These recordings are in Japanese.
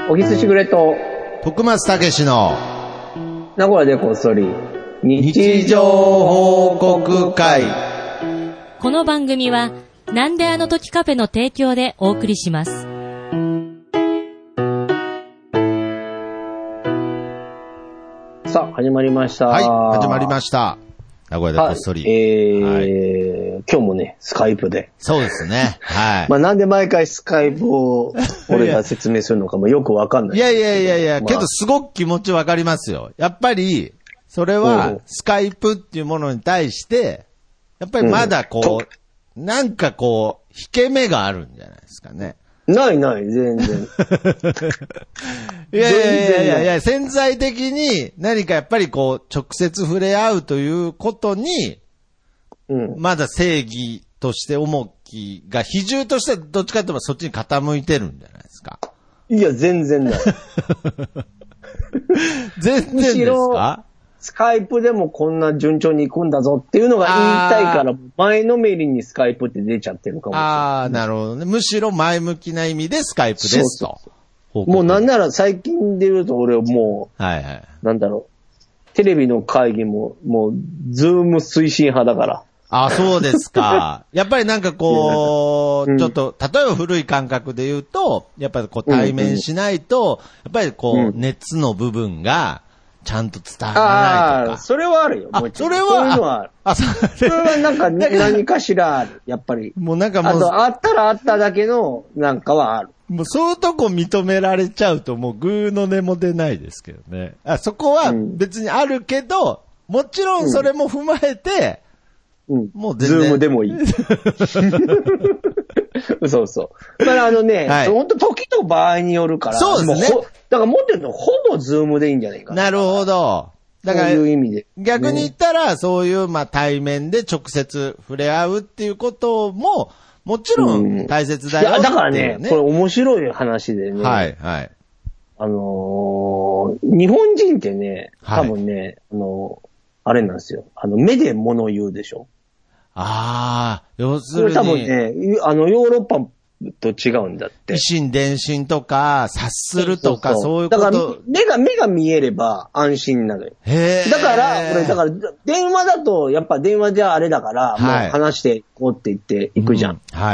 おぎすしぐれと徳松たけしの名古屋でこっそり日常報告会。 この番組はなんであの時カフェの提供でお送りします。 さあ始まりました。 はい、始まりました。名古屋でこっそり。 今日もねスカイプで。 そうですね。はい。 まあなんで毎回スカイプを俺が説明するのかもよくわかんない。 いや、けどすごく気持ちわかりますよ。やっぱりそれはスカイプっていうものに対してやっぱりまだこう、なんかこう引け目があるんじゃないですかね。 ない全然。 いや、潜在的に何かやっぱりこう直接触れ合うということに、まだ正義として重きが比重としてはどっちかというとそっちに傾いてるんじゃないですか。 いや全然ない。 全然ですか？ スカイプでもこんな順調に行くんだぞっていうのが言いたいから、前のめりにスカイプって出ちゃってるかもしれない。 ああ、なるほどね。むしろ前向きな意味でスカイプですと。 もうなんなら最近で言うと俺もう、なんだろう、テレビの会議も、もう、ズーム推進派だから。 あ、そうですか。やっぱりなんかこう、ちょっと、例えば古い感覚で言うと、やっぱりこう対面しないと、やっぱりこう、熱の部分が、ちゃんと伝わらないとか。 それはあるよ。 それは、 そういうのはある。それはなんか、何かしらある。やっぱり。 もうなんかもう。 あと、あったらあっただけの、なんかはある。 もうそういうとこ認められちゃうともうグーの音も出ないですけどね。そこは別にあるけど、もちろんそれも踏まえて、もう全然。 ズームでもいい。そうそう。だから本当時と場合によるから。 そうですね。 だから持ってるのほぼズームでいいんじゃないかな。 なるほど。だから、 そういう意味で。 逆に言ったら、そういう対面で直接触れ合うっていうことも、もちろん大切だよ、 だからね、これ面白い話でね。 はい。 日本人ってね、多分ね、あれなんですよ。目で物を言うでしょ。 ああ、要するに。 これ多分ね、ヨーロッパと違うんだって。 以心伝心とか、察するとか、そういうこと。 だから目が見えれば安心なのよ。だから、電話だと、やっぱ電話じゃあれだから、もう話していこうって言っていくじゃん。 はい。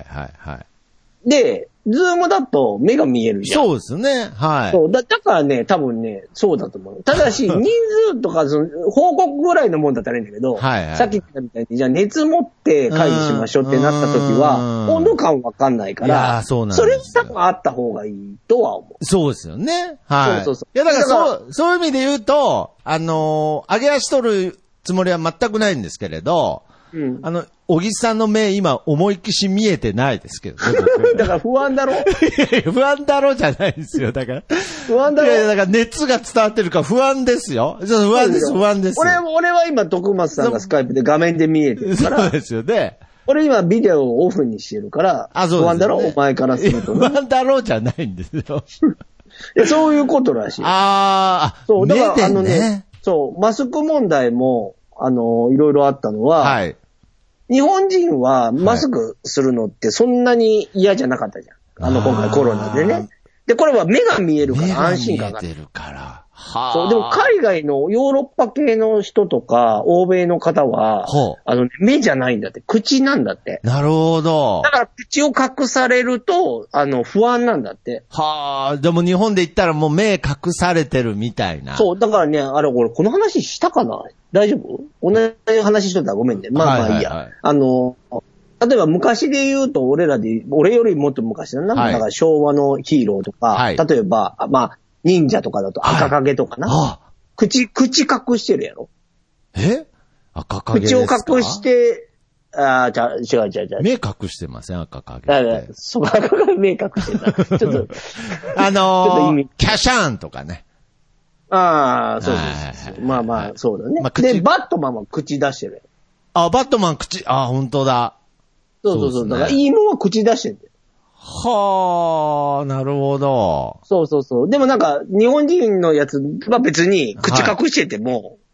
で、ズームだと目が見えるじゃん。 そうですね。はい。 そうだからね、多分ね、そうだと思う。ただし、人数とか、報告ぐらいのもんだったらいいんだけど、さっき言ったみたいに、じゃあ熱持って会議しましょうってなった時は、温度感わかんないから、それ多分あった方がいいとは思う。 そうですよね。はい。 そう。 いや、だからそういう意味で言うと、上げ足取るつもりは全くないんですけれど、小木さんの目今思いっきし見えてないですけどね。 だから不安だろ？ 不安だろじゃないですよ。だから。 不安だろ？ いや、だから熱が伝わってるから不安ですよ。不安です。 俺は今徳松さんがスカイプで画面で見えてるから。 そうですよね。 俺今ビデオをオフにしてるから、不安だろ？お前からすると。 不安だろじゃないんですよ。 いや、そういうことらしい。そう、だからそう、マスク問題も、いろいろあったのは、日本人はマスクするのってそんなに嫌じゃなかったじゃん。今回コロナでね。で、これは目が見えるから安心感がある。 目が見えてるから。 そう、でも海外のヨーロッパ系の人とか、欧米の方は、目じゃないんだって、口なんだって。 なるほど。 だから口を隠されると、不安なんだって。 でも日本で言ったらもう目隠されてるみたいな。 そう、だからね、俺この話したかな？大丈夫？同じ話しとったらごめんね。まあいいや。例えば昔で言うと俺よりもっと昔だな。だから昭和のヒーローとか、例えば、忍者とかだと赤影とかな。口隠してるやろ？ 赤影ですか？ 口を隠して、違う。 目隠してません？赤影って。 そう、赤影目隠してた。ちょっと、ちょっと意味。 キャシャーンとかね。 そうです。まあ、そうだね。で、バットマンは口出してる。 バットマン口、本当だ。 そう。だから、いいもんは口出してるんだよ。 なるほど。 そう。でもなんか、日本人のやつは別に口隠してても、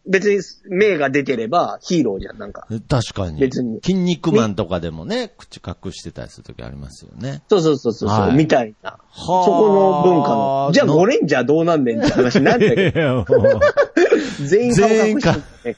別に目が出てればヒーローじゃん、なんか。 確かに。 別に。 筋肉マンとかでもね、口隠してたりするときありますよね。 そう、はい、みたいな。そこの文化の。じゃあゴレンジャーどうなんねんって話になるんだけど。全員顔隠して、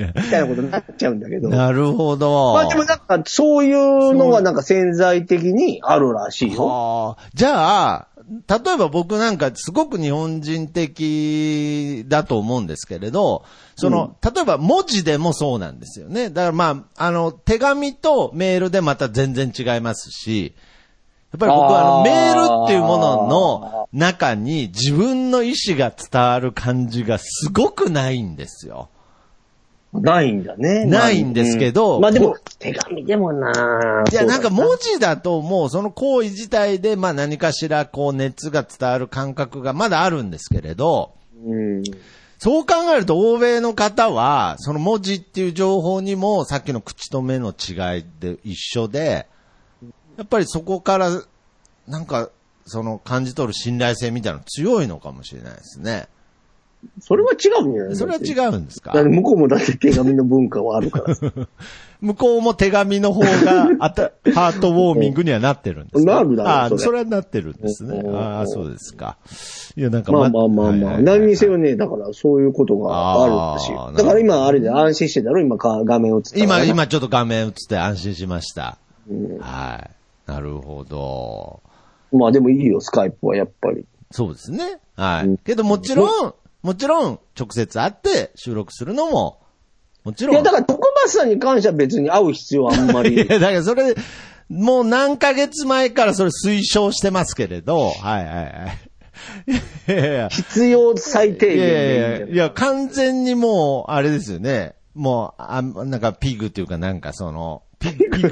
みたいなことになっちゃうんだけど。 なるほど。 まあでもなんか、そういうのはなんか潜在的にあるらしいよ。 じゃあ、例えば僕なんかすごく日本人的だと思うんですけれど、例えば文字でもそうなんですよね。だから手紙とメールでまた全然違いますし、やっぱり僕はメールっていうものの中に自分の意思が伝わる感じがすごくないんですよ。 ないんだね。 ないんですけど。 まあでも、手紙でもなぁ。 いや、なんか文字だともうその行為自体で何かしら熱が伝わる感覚がまだあるんですけれど、そう考えると欧米の方は、その文字っていう情報にもさっきの口と目の違いで一緒で、やっぱりそこからなんか感じ取る信頼性みたいなの強いのかもしれないですね。 それは違うんじゃない？ それは違うんですか？ だって向こうもだって手紙の文化はあるから。 向こうも手紙の方がハートウォーミングにはなってるんですか？ なるだろう。 それはなってるんですね。そうですか。いや、なんかまあ。何にせよね、だからそういうことがあるらしい。だから今あれで安心してたろ？今画面映ってた。 今ちょっと画面映って安心しました。はい。なるほど。 まあでもいいよ、スカイプはやっぱり。 そうですね。はい。けどもちろん、直接会って収録するのも、もちろん。 いや、だから、徳松さんに関しては別に会う必要はあんまり。 いや、だからそれ、もう何ヶ月前からそれ推奨してますけれど、はい。 必要最低限。 いや、完全にもう、あれですよね。もう、なんかピグっていうかなんかピ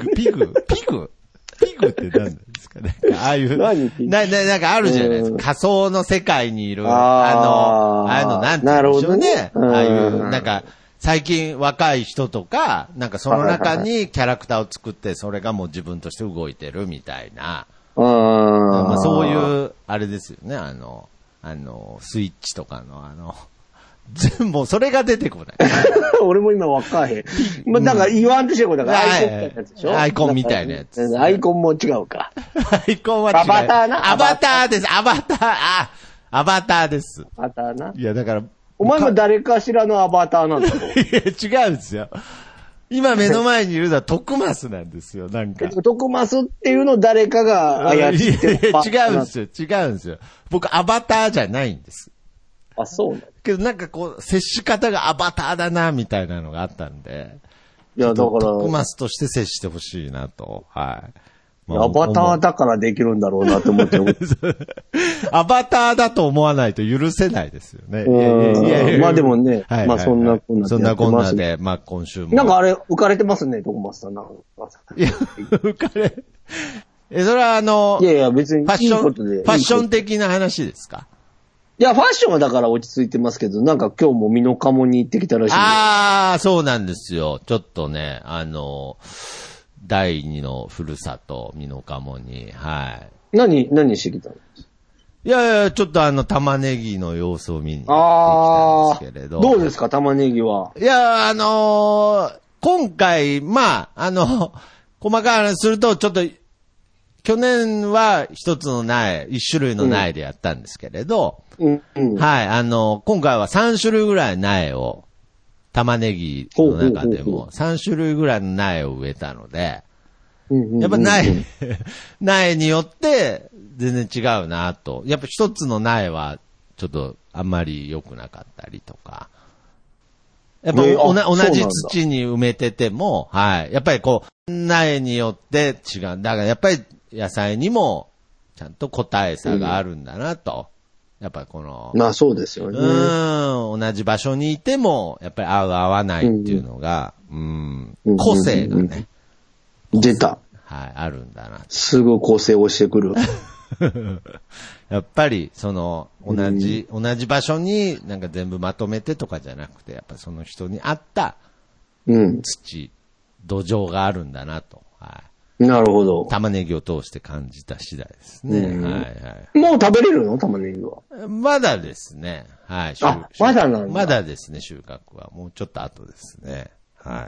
グって何なんですかね。ああいう。なんかあるじゃないですか。仮想の世界にいる。ああいうのなんて言うんでしょうね。ああいう、なんか、最近若い人とか、なんかその中にキャラクターを作って、それがもう自分として動いてるみたいな。まあそういう、あれですよね。スイッチとかの全部、それが出てこない。 俺も今分かへん。まあ、だから言わんとしてることがアイコンみたいなやつ。 アイコンも違うか。 アイコンは違う。 アバターな。 アバターです。アバターです。 アバターな。 いや、だから。 お前も誰かしらのアバターなんだろ。 いや、違うんですよ。今目の前にいるのは徳増なんですよ、なんか。 徳増っていうの誰かが操ってる。 違うんですよ。僕、アバターじゃないんです。 あ、そうなの？ けどなんか接し方がアバターだな、みたいなのがあったんで。 いや、だから。 徳増として接してほしいなと。はい。 アバターだからできるんだろうなと思って。 アバターだと思わないと許せないですよね。 いやまあでもね、まあそんなこんなで。 そんなこんなで、まあ今週も。 なんかあれ、浮かれてますね、徳松さん。いや、浮かれ。それはいや別にファッション的な話ですか？ いや、ファッションはだから落ち着いてますけど、なんか今日も美濃加茂に行ってきたらしい。 ああ、そうなんですよ。ちょっとね、第二のふるさと、美濃加茂に、はい。 何してきたの？ いや、ちょっと玉ねぎの様子を見に行ってきたんですけれど。 どうですか、玉ねぎは。 いや、今回、まあ、細かい話すると、ちょっと、去年は一つの苗、一種類の苗でやったんですけれど、はい、今回は3種類ぐらい苗を、玉ねぎの中でも3種類ぐらいの苗を植えたので、やっぱ苗によって全然違うなと。やっぱ一つの苗はちょっとあんまり良くなかったりとか。やっぱ同じ土に埋めてても、はい。やっぱり苗によって違う。だからやっぱり野菜にもちゃんと個体差があるんだなと。やっぱりまあそうですよね。 同じ場所にいても、やっぱり合う合わないっていうのが、個性がね。 出た。 はい、あるんだな。 すぐ個性をしてくる。 やっぱり、同じ場所になんか全部まとめてとかじゃなくて、やっぱその人に合った土壌があるんだなと。はい。 なるほど。 玉ねぎを通して感じた次第ですね。はいはい。 もう食べれるの玉ねぎは。 まだですね。はい。 まだなんだ。 まだですね、収穫は。もうちょっと後ですね。はい。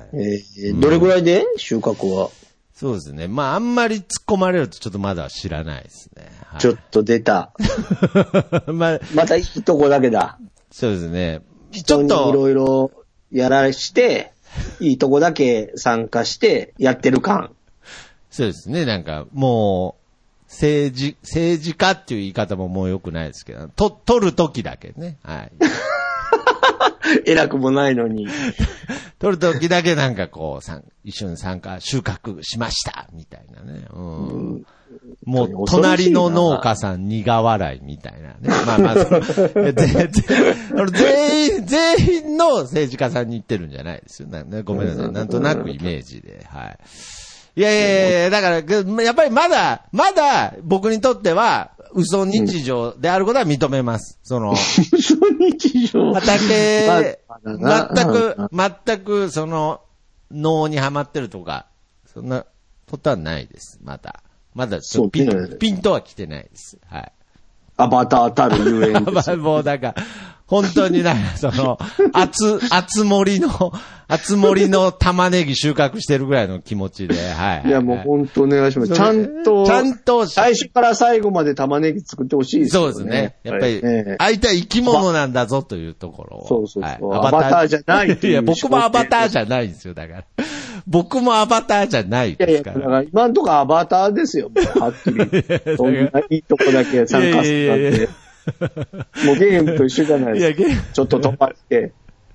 どれぐらいで収穫は。 そうですね。まあ、あんまり突っ込まれるとちょっとまだ知らないですね。はい、 ちょっと出た。またいいとこだけだ。 そうですね。 ちょっと。いろいろやらして、いいとこだけ参加してやってる感。 そうですね。なんか、もう、政治家っていう言い方ももう良くないですけど、取るときだけね。はい。 偉くもないのに。 取るときだけなんかこう、一緒に収穫しました、みたいなね。もう、隣の農家さん苦笑いみたいなね。まあまあ、全員の政治家さんに言ってるんじゃないですよ。ごめんなさい。なんとなくイメージで。はい。いや、だから、やっぱりまだ、僕にとっては、嘘日常であることは認めます。嘘日常畑、全く、脳にはまってるとか、そんなことはないです。まだ、ピンとは来てないです。はい。 アバターたるゆえんです。 もうなんか、本当に厚盛りの玉ねぎ収穫してるぐらいの気持ちで、はい。 いや、もう本当お願いします。ちゃんと、最初から最後まで玉ねぎ作ってほしいですよね。 そうですね。やっぱり、相手は生き物なんだぞというところを。 そう。はい、アバターじゃないっていう。 いや、僕もアバターじゃないんですよ、だから。僕もアバターじゃないですから。 だから今んとこアバターですよ、はっきり。そんないいとこだけ参加するなんて。もうゲームと一緒じゃないですか。ちょっと飛ばして。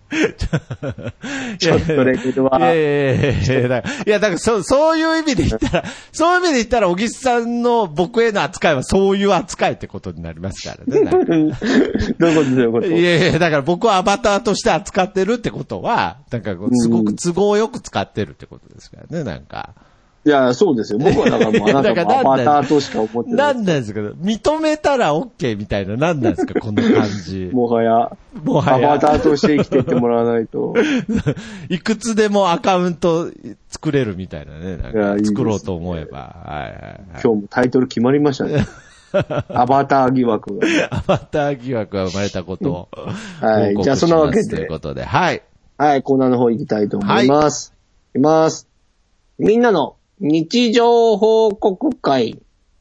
ちょっとレベルは。 いや、だからそういう意味で言ったら、小木さんの僕への扱いはそういう扱いってことになりますからね。 どういうこといや、だから僕はアバターとして扱ってるってことは、なんかすごく都合よく使ってるってことですからね、なんか。 いや、そうですよ。僕はだからもうあなたもアバターとしか思ってない。 なんなんですか認めたら OK みたいな、なんなんですかこの感じ。 もはや。アバターとして生きていってもらわないと。 いくつでもアカウント作れるみたいなね。なんか作ろうと思えば。はい。 今日もタイトル決まりましたね。アバター疑惑が。 アバター疑惑が生まれたことを。 はい。じゃあそんなわけで。 ということで。はい。 はい、コーナーの方行きたいと思います。いきます。みんなの日常報告会。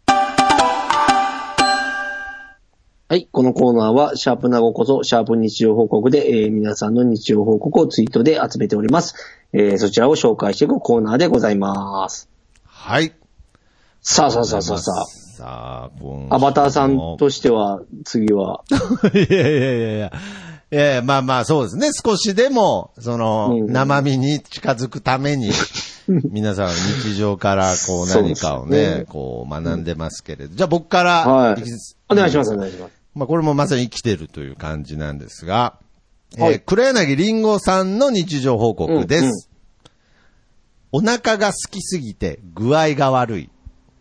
はい。このコーナーは、シャープなごこそ、シャープ日常報告で、皆さんの日常報告をツイートで集めております。そちらを紹介していくコーナーでございます。 はい。 さあ、アバターさんとしては、次は。 いや、まあ、そうですね。少しでも、生身に近づくために、皆さん日常からこう何かをね、こう学んでますけれど。じゃあ僕から、 はい。お願いします。 まあこれもまさに生きてるという感じなんですが、黒柳りんごさんの日常報告です。お腹が空きすぎて具合が悪い。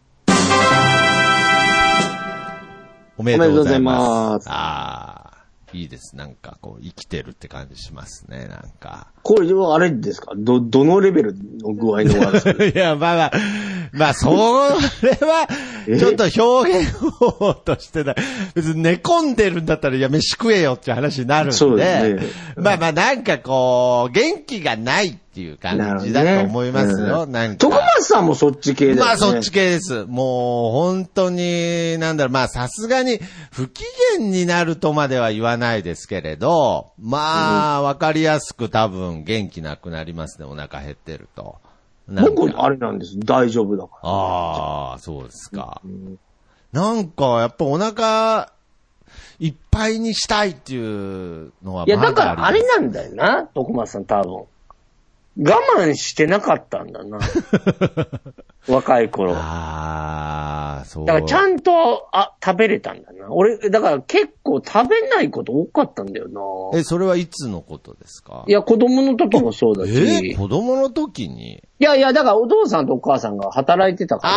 おめでとうございます。いいです。なんか、こう、生きてるって感じしますね、なんか。 これはあれですかどのレベルの具合の悪さいや、まあ、それは、ちょっと表現方法としてだ。別に寝込んでるんだったら、いや、飯食えよっていう話になるんで。 そうですね。 まあ、なんかこう、元気がないっていう感じだと思いますよ。なんか。 徳松さんもそっち系だよね。 まあ、そっち系です。もう、本当に、まあ、さすがに、不機嫌になるとまでは言わないですけれど、まあ、わかりやすく多分、元気なくなりますね、お腹減ってると。 僕、あれなんです。大丈夫だから。 ああ、そうですか。なんか、やっぱお腹、いっぱいにしたいっていうのはまだあります。いや、 だからあれなんだよな、徳松さん多分。我慢してなかったんだな。若い頃。 そう。 だからちゃんと、食べれたんだな。俺、だから結構食べないこと多かったんだよな。 それはいつのことですか？ いや、子供の時もそうだし。 子供の時に？ いや、だからお父さんとお母さんが働いてたから。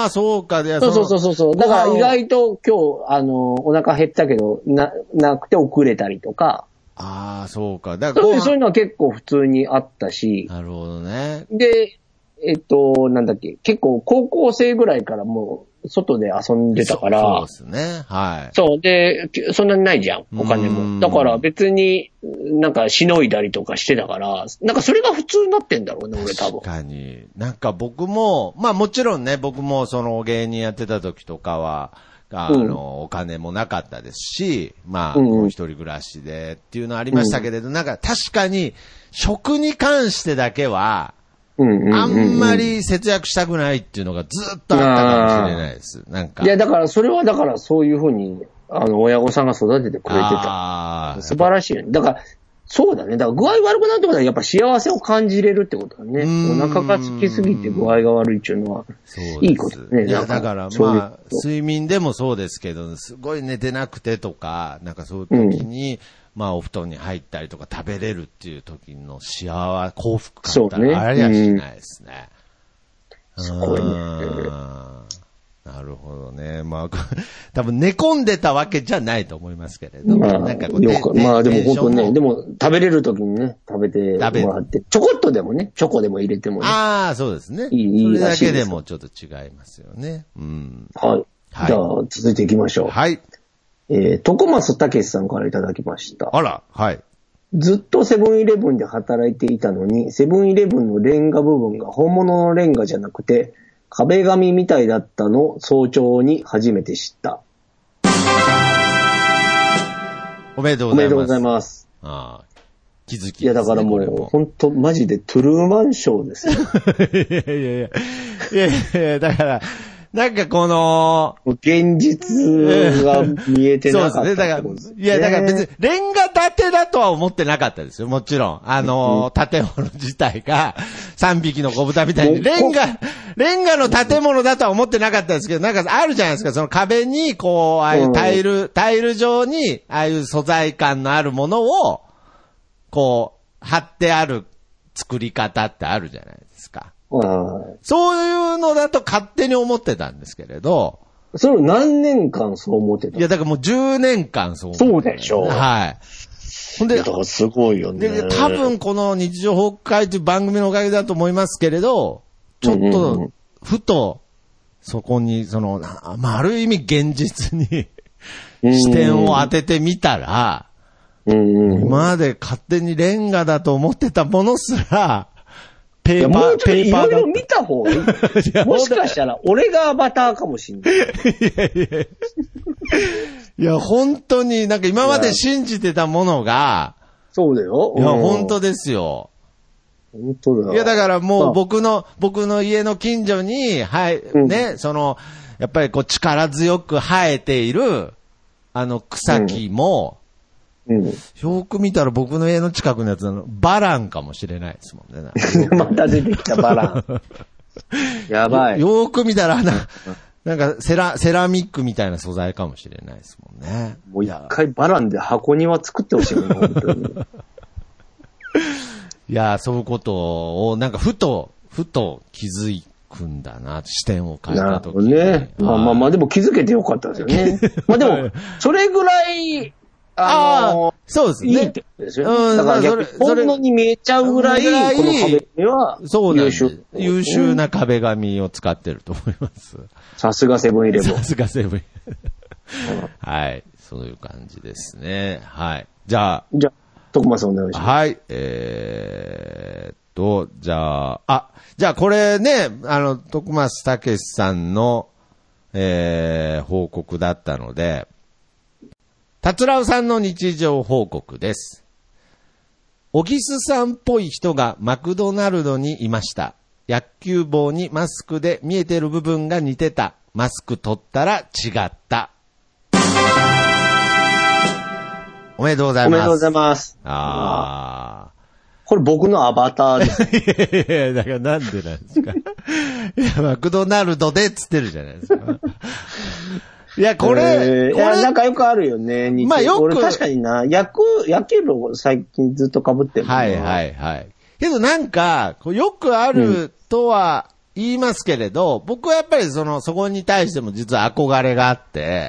そうか。 そう。だから意外と今日、お腹減ったけど、なくて遅れたりとか。 そうか。だからそういうのは結構普通にあったし。 なるほどね。 で、 なんだっけ、結構高校生ぐらいからもう外で遊んでたから。 そうですね。はい。 そう。で、そんなにないじゃん、お金も。だから別になんかしのいだりとかしてたから、なんかそれが普通になってんだろうね、俺多分。 確かに。なんか僕も、まあもちろんね、僕もその芸人やってた時とかは、お金もなかったですし、まあ、一人暮らしでっていうのはありましたけれど、なんか確かに食に関してだけは、あんまり節約したくないっていうのがずっとあったかもしれないです。なんか。 いや、だからそれはだからそういうふうに、親御さんが育ててくれてた。素晴らしいよね。だから、そうだね。だから具合悪くなるってことはやっぱ幸せを感じれるってことだね。お腹が空きすぎて具合が悪いっていうのは、いいことね。 いや、だからまあ、睡眠でもそうですけど、すごい寝てなくてとか、なんかそういう時に、まあお布団に入ったりとか食べれるっていう時の幸せ、幸福感ってありゃしないですね。 すごいね。 なるほどね。まあ、多分寝込んでたわけじゃないと思いますけれど。まあ、 なんかこうまあでも本当ね、でも食べれる時にね、食べてもらって、ちょこっとでもね、チョコでも入れてもね。 ああ、そうですね。それだけでもちょっと違いますよね。うん。 はい。じゃあ、続いていきましょう。 はい。 徳松武さんからいただきました。 あら、はい。 ずっとセブンイレブンで働いていたのに、セブンイレブンのレンガ部分が本物のレンガじゃなくて、壁紙みたいだったの早朝に初めて知った。 おめでとうございます。 おめでとうございます。 ああ、気づきですね。 いや、だからもう、本当マジでトゥルーマンショーですよ。 いや、だから、なんかこの、 現実が見えてなかった、ね。 そうですね。だから、いや、だから別に、レンガ建てだとは思ってなかったですよ。もちろん。建物自体が、3匹の子豚みたいに、レンガの建物だとは思ってなかったですけど、なんかあるじゃないですか。その壁に、こう、ああいうタイル状に、ああいう素材感のあるものを、こう、貼ってある作り方ってあるじゃないですか。そういうのだと勝手に思ってたんですけれど。 それを何年間そう思ってた？ いや、だからもう10年間そう思ってた。 そうでしょ。 はい。 ほんで、だからすごいよね。 で、多分この日常崩壊という番組のおかげだと思いますけれど、ちょっと、ふと、そこに、まあ、ある意味現実に視点を当ててみたら、今まで勝手にレンガだと思ってたものすら、ペーパーいろいろ見た方がいい。もしかしたら、俺がアバターかもしんない。 いや、本当になんか今まで信じてたものが、 そうだよ。 いや、本当ですよ。 本当だよ。 いや、だからもう僕の家の近所に、はい、ね、やっぱりこう力強く生えている、草木も、よく見たら僕の家の近くのやつバランかもしれないですもんね。 また出てきたバラン。やばい。 よく見たらなんかセラミックみたいな素材かもしれないですもんね。 もう一回バランで箱庭作ってほしいね、本当に。 いや、そういうことを、なんかふと気づくんだな、視点を変えたときに。 なるほどね。まあでも気づけてよかったですよね。まあでも、それぐらい、 そうですね。 いいってことですよ。だから逆に本物に見えちゃうぐらい、この壁紙は優秀な壁紙を使ってると思います。 さすがセブンイレブン。 さすがセブンイレブン。はい。そういう感じですね。はい。じゃあ、 徳間さんお願いします。 はい。じゃあこれね、徳松武さんの、報告だったので、達郎さんの日常報告です。小木須さんっぽい人がマクドナルドにいました。野球帽にマスクで見えてる部分が似てた。マスク取ったら違った。おめでとうございます。 おめでとうございます。これ僕のアバターです。 いや、だからなんでなんですか。いや、マクドナルドでっつってるじゃないですか。いや、これ、 なんかよくあるよね。 まあよく。 俺確かにな、野球帽最近ずっと被ってる。 はいはいはい。けどなんか、よくあるとは言いますけれど、僕はやっぱりそこに対しても実は憧れがあって、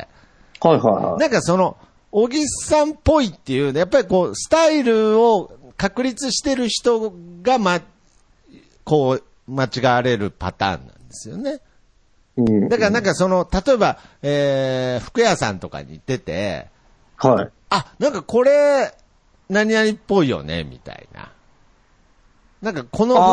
はいはいはい。 なんか小木さんっぽいっていうね、やっぱりスタイルを確立してる人が、 間違われるパターンなんですよね。だからなんか例えば、服屋さんとかに行ってて、 はい。 あ、なんかこれ、何々っぽいよね、みたいな。なんかこの服、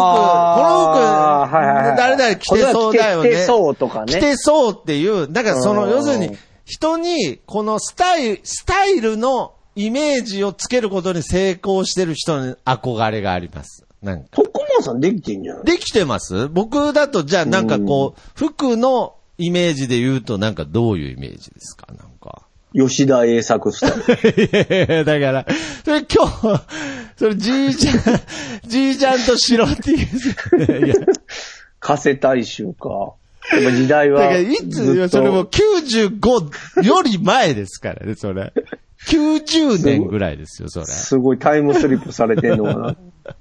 誰々着てそうだよね。 着てそうとかね。 着てそうっていう、なんか要するに、人に、このスタイルのイメージをつけることに成功してる人に憧れがあります。なんか。 徳間さんできてんじゃん。 できてます？僕だと、じゃあなんかこう、服のイメージで言うと、なんかどういうイメージですか？なんか。 吉田栄作スタイル。 だから、それ今日、それじいちゃんと白 T です。 加瀬大衆か。やっぱ時代は。 だからいつ、それも95より前ですからね、それ。90年ぐらいですよ、それ。 すごいタイムスリップされてんのかな。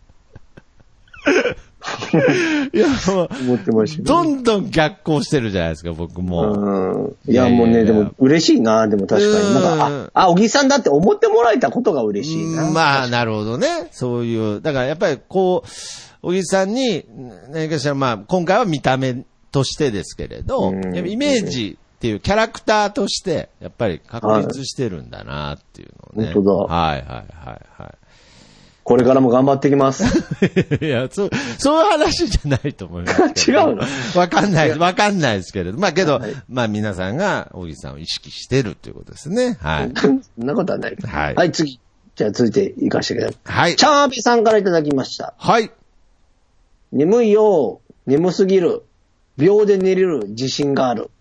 いや、もう、 思ってました、 どんどん逆行してるじゃないですか、僕も。 いや、もうね、でも嬉しいな、でも確かに。なんか、小木さんだって思ってもらえたことが嬉しいな。 まあ、なるほどね。そういう、だからやっぱりこう、小木さんに、何かしら、まあ、今回は見た目としてですけれど、イメージっていうキャラクターとして、やっぱり確立してるんだなっていうのをね。 本当だ。 はいはいはいはい。 これからも頑張ってきます。 いや、そういう話じゃないと思います。 違うの？ わかんないですけれど。まあけど、はい、まあ皆さんが小木さんを意識してるということですね。はい。 そんなことはない。はい。はい、次。じゃあ続いて行かしてください。 はい。 チャービさんからいただきました。 はい。 眠いよ、眠すぎる。秒で寝れる自信ある。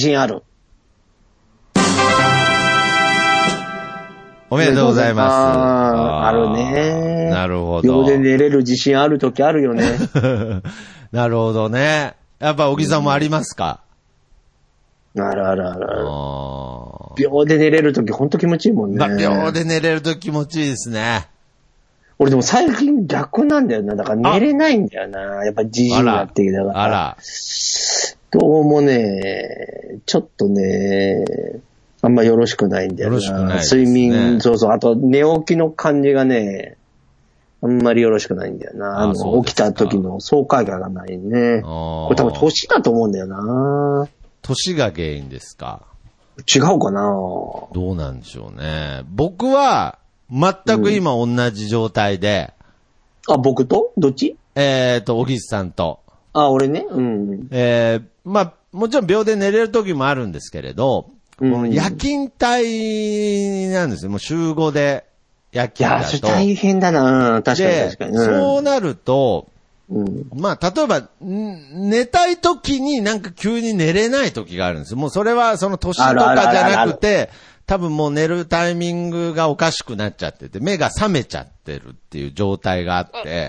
おめでとうございます。 あるね。 なるほど。 秒で寝れる自信あるときあるよね。 なるほどね。やっぱ小木さんもありますか？ ある。秒で寝れるときほんと気持ちいいもんね。 秒で寝れると気持ちいいですね。 俺でも最近逆なんだよな。だから寝れないんだよな。やっぱじじいになってきたから。 あら。 どうもね、ちょっとね、あんまよろしくないんだよな。 よろしくないですね。 睡眠、そう。あと寝起きの感じがね、あんまりよろしくないんだよな。起きた時の爽快感がないね。これ多分年だと思うんだよな。 年が原因ですか？ 違うかな。 どうなんでしょうね。僕は、全く今同じ状態で。 僕とどっち？ 小木さんと。 俺ね。うん。 まあ、もちろん秒で寝れる時もあるんですけれど、この夜勤帯なんですよ。もう週5で夜勤だと。いや、それ大変だな。確かに。 そうなると、まあ、例えば、寝たい時になんか急に寝れない時があるんですよ。もうそれはその年とかじゃなくて、多分もう寝るタイミングがおかしくなっちゃってて、目が覚めちゃってるっていう状態があって。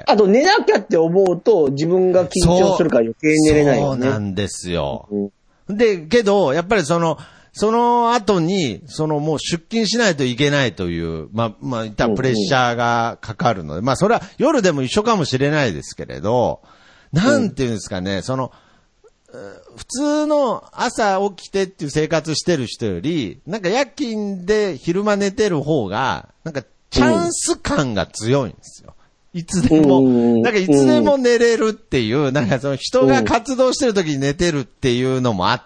あと寝なきゃって思うと自分が緊張するから余計に寝れないよね。 そうなんですよ。で、けど、やっぱりその後に、もう出勤しないといけないという、いったプレッシャーがかかるので、それは夜でも一緒かもしれないですけれど、なんていうんですかね、普通の朝起きてっていう生活してる人より、なんか夜勤で昼間寝てる方が、なんかチャンス感が強いんですよ。いつでも、なんかいつでも寝れるっていう、なんか人が活動してる時に寝てるっていうのもあって、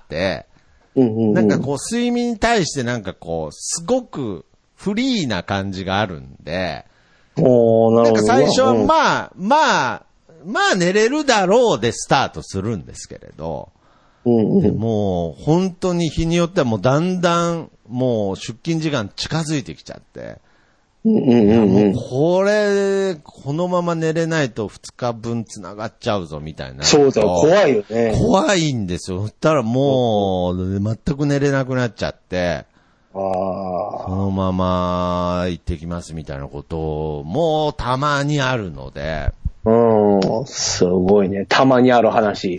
なんか睡眠に対してなんかすごくフリーな感じがあるんで、なんか最初はまあ寝れるだろうでスタートするんですけれど、もう本当に日によってはもうだんだんもう出勤時間近づいてきちゃって、もうこのまま寝れないと2日分繋がっちゃうぞみたいな。 そうだよ、怖いよね。 怖いんですよ。そしたらもう全く寝れなくなっちゃって、そのまま行ってきますみたいなこともたまにあるので、 すごいね。たまにある話。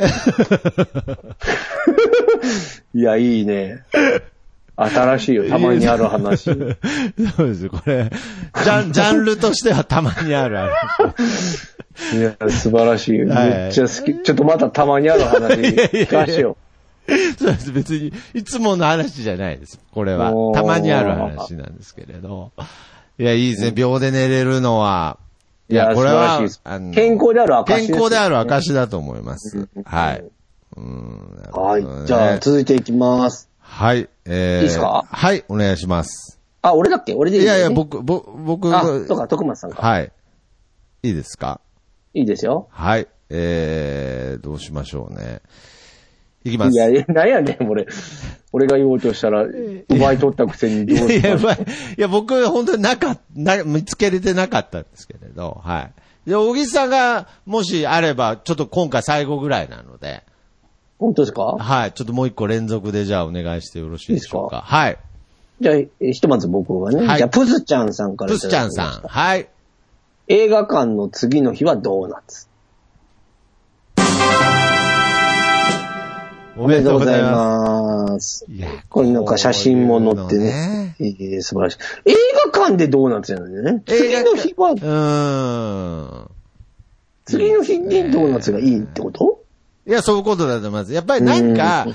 いや、いいね。新しいよ。たまにある話。そうです。これ、ジャンルとしてはたまにある話。 いや、素晴らしい。めっちゃ好き。ちょっとまたたまにある話聞かしよう。そうです。別に、いつもの話じゃないです。これは。たまにある話なんですけれど。いや、いいですね。秒で寝れるのは。 いや、これは、 健康である証です、ね。健康である証だと思います。はい。 はい。じゃあ、続いていきます。 はい。いいですか？ はい、お願いします。 あ、俺だっけ？俺でいい、ね？ いやいや、僕。 あ、そうか、徳松さんか。 はい。いいですか？ いいですよ。 はい。どうしましょうね。いきます。 いや、なんやねん、俺が言おうとしたら、奪い取ったくせにどうしいや、僕、本当に見つけれてなかったんですけれど、はい。で、小木さんが、もしあれば、ちょっと今回最後ぐらいなので。 本当ですか？ はい。ちょっともう一個連続でじゃあお願いしてよろしいでしょうか。はい。 じゃあ、ひとまず僕がね。はい。じゃあ、プスちゃんさんから。 プスちゃんさん。はい。 映画館の次の日はドーナツ。おめでとうございます。いや、これなんか写真も載ってね。素晴らしい。映画館でドーナツなんだよね。次の日は、次の日にドーナツがいいってこと？ いや、そういうことだと思います。やっぱりなんか、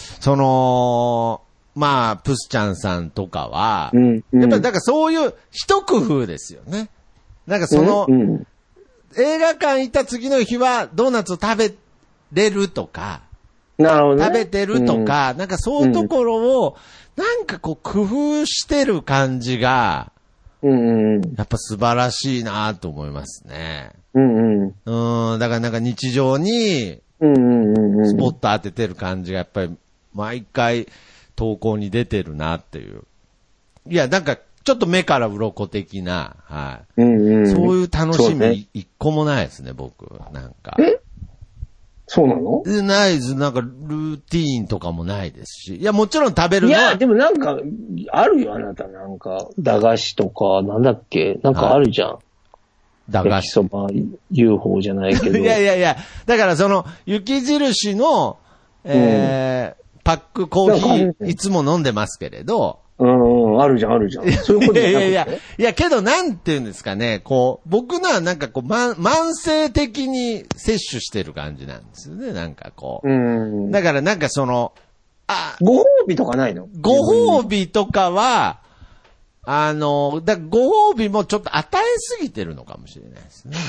まあ、プスちゃんさんとかは、やっぱりなんかそういう一工夫ですよね。なんか映画館行った次の日はドーナツを食べれるとか、 なるほどね、 食べてるとか、なんかそういうところを、なんかこう工夫してる感じが、やっぱ素晴らしいなと思いますね。だからなんか日常に、スポット当ててる感じがやっぱり毎回投稿に出てるなっていう。いや、なんかちょっと目から鱗的な、はい。そういう楽しみ一個もないですね、僕。なんか。 そうなの？ ないです。なんか、ルーティーンとかもないですし。いや、もちろん食べるのは。 いや、でもなんか、あるよ、あなた。なんか、駄菓子とか、なんだっけ？なんかあるじゃん。駄菓子。そば UFO じゃないけど。 いや。だから雪印の、パックコーヒー、いつも飲んでますけれど。 あるじゃん。そういうことじゃなくて。 いや、けどなんていうんですかね、こう、僕のはなんかこう、慢性的に摂取してる感じなんですよね、なんかこう。だからなんかご褒美とかないの？ ご褒美とかは、ご褒美もちょっと与えすぎてるのかもしれないですね。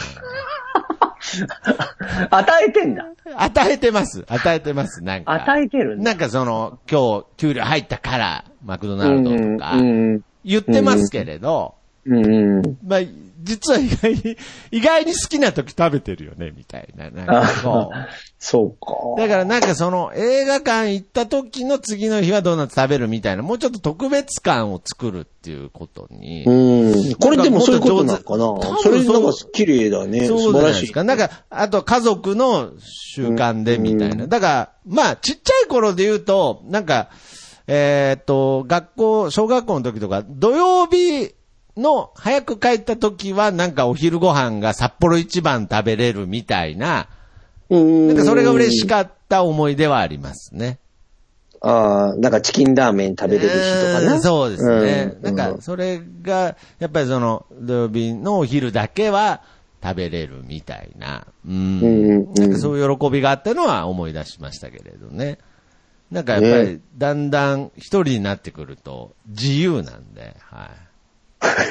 与えてんだ。 与えてます。なんか。 与えてるんだ。 なんか今日、給料入ったから、マクドナルドとか、言ってますけれど、まあ、実は意外に好きな時食べてるよね、みたいな。なんかそうか。 だからなんか映画館行った時の次の日はドーナツ食べるみたいな、もうちょっと特別感を作るっていうことに。 これでもそういうことなのかな？それなんか綺麗だね。素晴らしい。 なんか、あと家族の習慣でみたいな。だから、まあ、ちっちゃい頃で言うと、なんか、小学校の時とか、土曜日の早く帰った時はなんかお昼ご飯が札幌一番食べれるみたいな、なんかそれが嬉しかった思い出はありますね。 なんかチキンラーメン食べれる日とかね。 そうですね。なんかそれが、やっぱり土曜日のお昼だけは食べれるみたいな。なんかそういう喜びがあったのは思い出しましたけれどね。なんかやっぱりだんだん一人になってくると自由なんで、はい。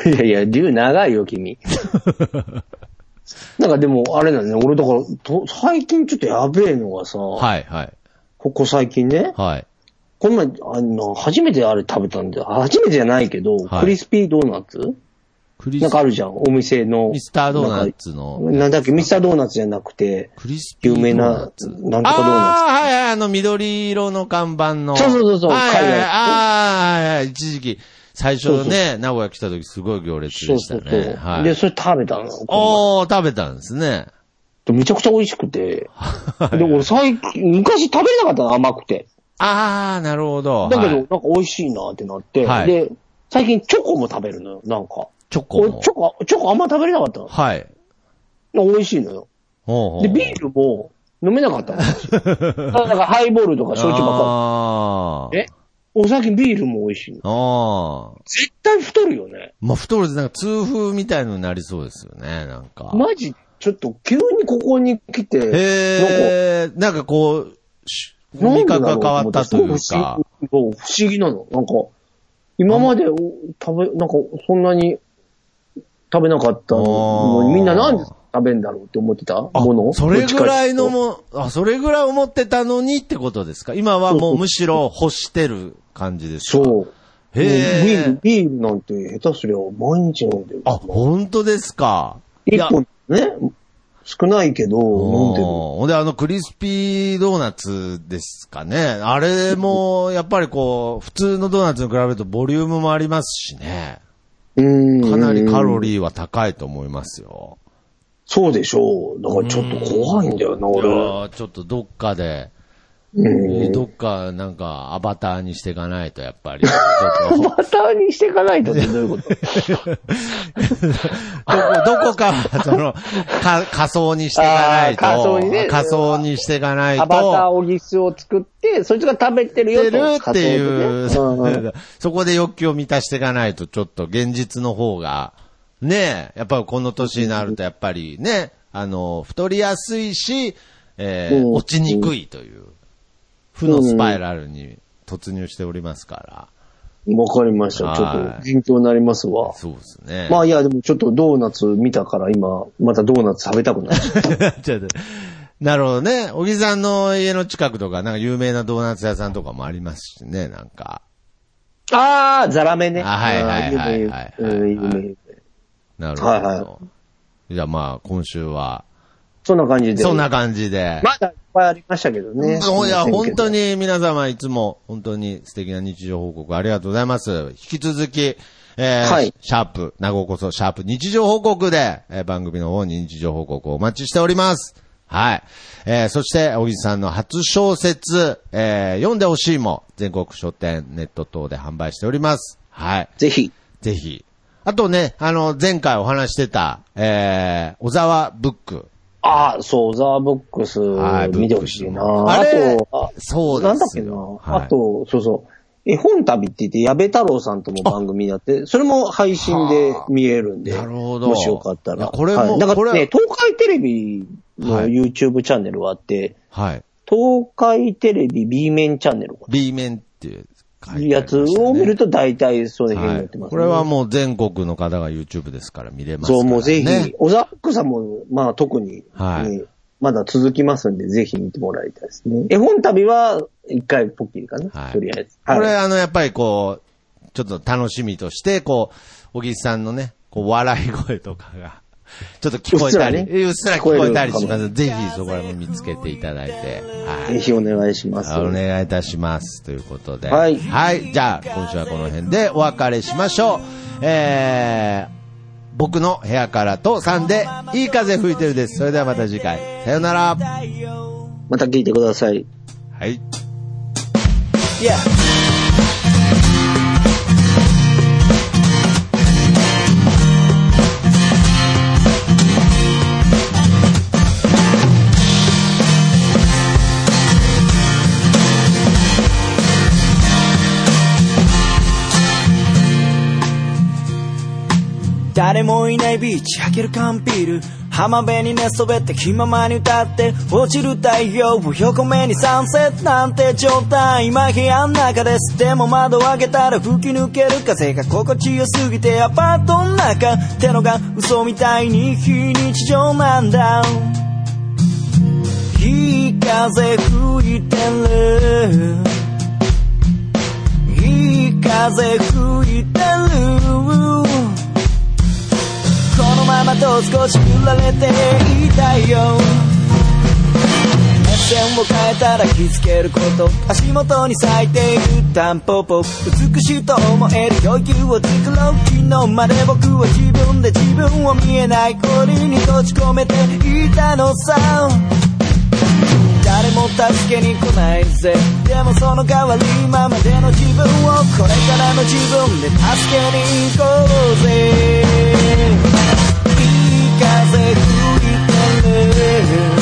いや、自由長いよ、君。なんかでも、あれだね、俺だから、最近ちょっとやべえのがさ、 はい。 ここ最近ね、 はい。 この前、初めてあれ食べたんだよ。初めてじゃないけど、はい、クリスピードーナツなんかあるじゃん、お店の。 ミスタードーナツの。 なんだっけ、ミスタードーナツじゃなくて、有名な、なんとかドーナツ。 はい、緑色の看板の。 そう、 はい、一時期。最初ね、名古屋来た時すごい行列でしたね。 そう。はい。で、それ食べたの。 食べたんですね。 めちゃくちゃ美味しくて。で、俺昔食べれなかったの、甘くて。 なるほど。 だけど、なんか美味しいなってなって。はい、で、最近チョコも食べるのよ、なんか。チョコあんま食べれなかったの。 はい。 美味しいのよ。で、ビールも飲めなかったの。だからハイボールとか焼酎ばっかり。お酒ビールも美味しいの。絶対太るよね。 まあ、太るで、なんか痛風みたいのになりそうですよね、なんか。 マジ、ちょっと急にここに来て。 なんかこう、味覚が変わったというか。 不思議なの。なんか、今までなんかそんなに食べなかったのにみんななんで食べんだろうって思ってたもの？ それぐらいのそれぐらい思ってたのにってことですか？今はもうむしろ欲してる感じですか？ そう。へぇビールなんて下手すりゃ毎日飲んでる。 本当ですか？ 一本ね、少ないけど飲んでる。 ほんでクリスピードーナツですかね。あれも、やっぱりこう、普通のドーナツに比べるとボリュームもありますしね。かなりカロリーは高いと思いますよ。 そうでしょう。だからちょっと怖いんだよな、俺は。 ちょっとどっかで、どっかなんかアバターにしていかないとやっぱり。 アバターにしていかないとってどういうことどこか、仮想にしていかないと。 仮想にね。 仮想にしていかないと。 アバターオギスを作って、そいつが食べてるよっていう、そこで欲求を満たしていかないとちょっと現実の方が、ねえ、やっぱりこの年になるとやっぱりね、太りやすいし、落ちにくいという。負のスパイラルに突入しておりますから。 わかりました。ちょっと勉強になりますわ。 そうですね。 まあいや、でもちょっとドーナツ見たから今、またドーナツ食べたくなっちゃった。 なるほどね。小木さんの家の近くとか、なんか有名なドーナツ屋さんとかもありますしね、なんか。 ザラメね。 はいはいはいはい。 有名。 なるほど。はいはい。じゃあまあ、今週は。 そんな感じで。 そんな感じで。 まだいっぱいありましたけどね。 いや、本当に皆様いつも本当に素敵な日常報告ありがとうございます。引き続き、はい、シャープ、名古屋こそシャープ日常報告で、番組の方に日常報告をお待ちしております。はい。そして、小木さんの初小説、読んでほしいも、全国書店、ネット等で販売しております。はい。 ぜひ。 ぜひ。あとね、前回お話してた、小沢ブック。 そう、ザーボックス見てほしいな。 そうです。 なんだっけな。あと、そうそう。絵本旅って言って、矢部太郎さんとも番組やって、それも配信で見えるんで。 なるほど。 もしよかったら。 これも、 だからね、東海テレビの YouTube チャンネルはあって、 はい。 東海テレビ B 面チャンネル。 B 面っていう。 やつを見ると大体その辺になってます、ね。 これはもう全国の方が YouTube ですから見れますからね。 そう、もうぜひ、小沢福さんも、まあ特に、まだ続きますんで、ぜひ見てもらいたいですね。絵本旅は一回ポッキリかな、とりあえず。 これやっぱりこう、ちょっと楽しみとして、こう、小木さんのね、こう笑い声とかが、ちょっと聞こえたり、うっすら聞こえたりします。ぜひそこらも見つけていただいて、 ぜひお願いします。 お願いいたします。ということで。 はい。 はい。じゃあ、今週はこの辺でお別れしましょう。僕の部屋からと3で、いい風吹いてるです。それではまた次回。さよなら。 また聞いてください。 はい。 誰もいないビーチ開ける缶ビール浜辺に寝そべって気ままに歌って落ちる太陽を横目にサンセットなんて状態今部屋の中ですでも窓を開けたら吹き抜ける風が心地よすぎてアパートの中ってのが嘘みたいに非日常なんだいい風吹いてるいい風吹いてるこのままと少し振られていたいよ目線を変えたら気づけること足元に咲いているタンポポ美しいと思える余裕を作ろう昨日まで僕は自分で自分を見えない氷に閉じ込めていたのさ誰も助けに来ないぜでもその代わり今までの自分をこれからの自分で助けに行こうぜいい風吹いてる